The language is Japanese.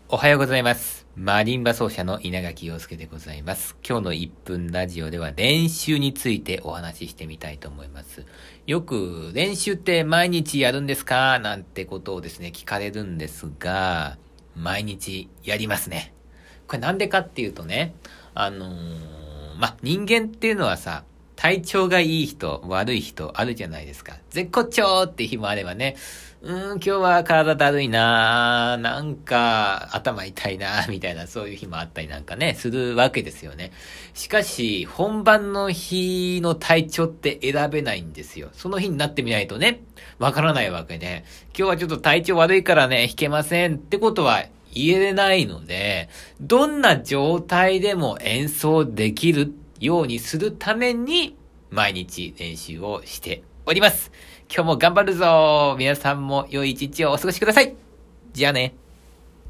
おはようございます。マリンバ奏者の稲垣陽介でございます。今日の1分ラジオでは練習についてお話ししてみたいと思います。よく練習って毎日やるんですかなんてことをですね、聞かれるんですが、毎日やりますね。これなんでかっていうとね、人間っていうのはさ、体調がいい人、悪い人あるじゃないですか。絶好調って日もあればね、今日は体だるいななんか頭痛いなみたいなそういう日もあったりなんかね、するわけですよね。しかし、本番の日の体調って選べないんですよ。その日になってみないとね、わからないわけで、今日はちょっと体調悪いからね、弾けませんってことは言えないので、どんな状態でも演奏できるようにするために毎日練習をしております。今日も頑張るぞ。皆さんも良い一日をお過ごしください。じゃあね。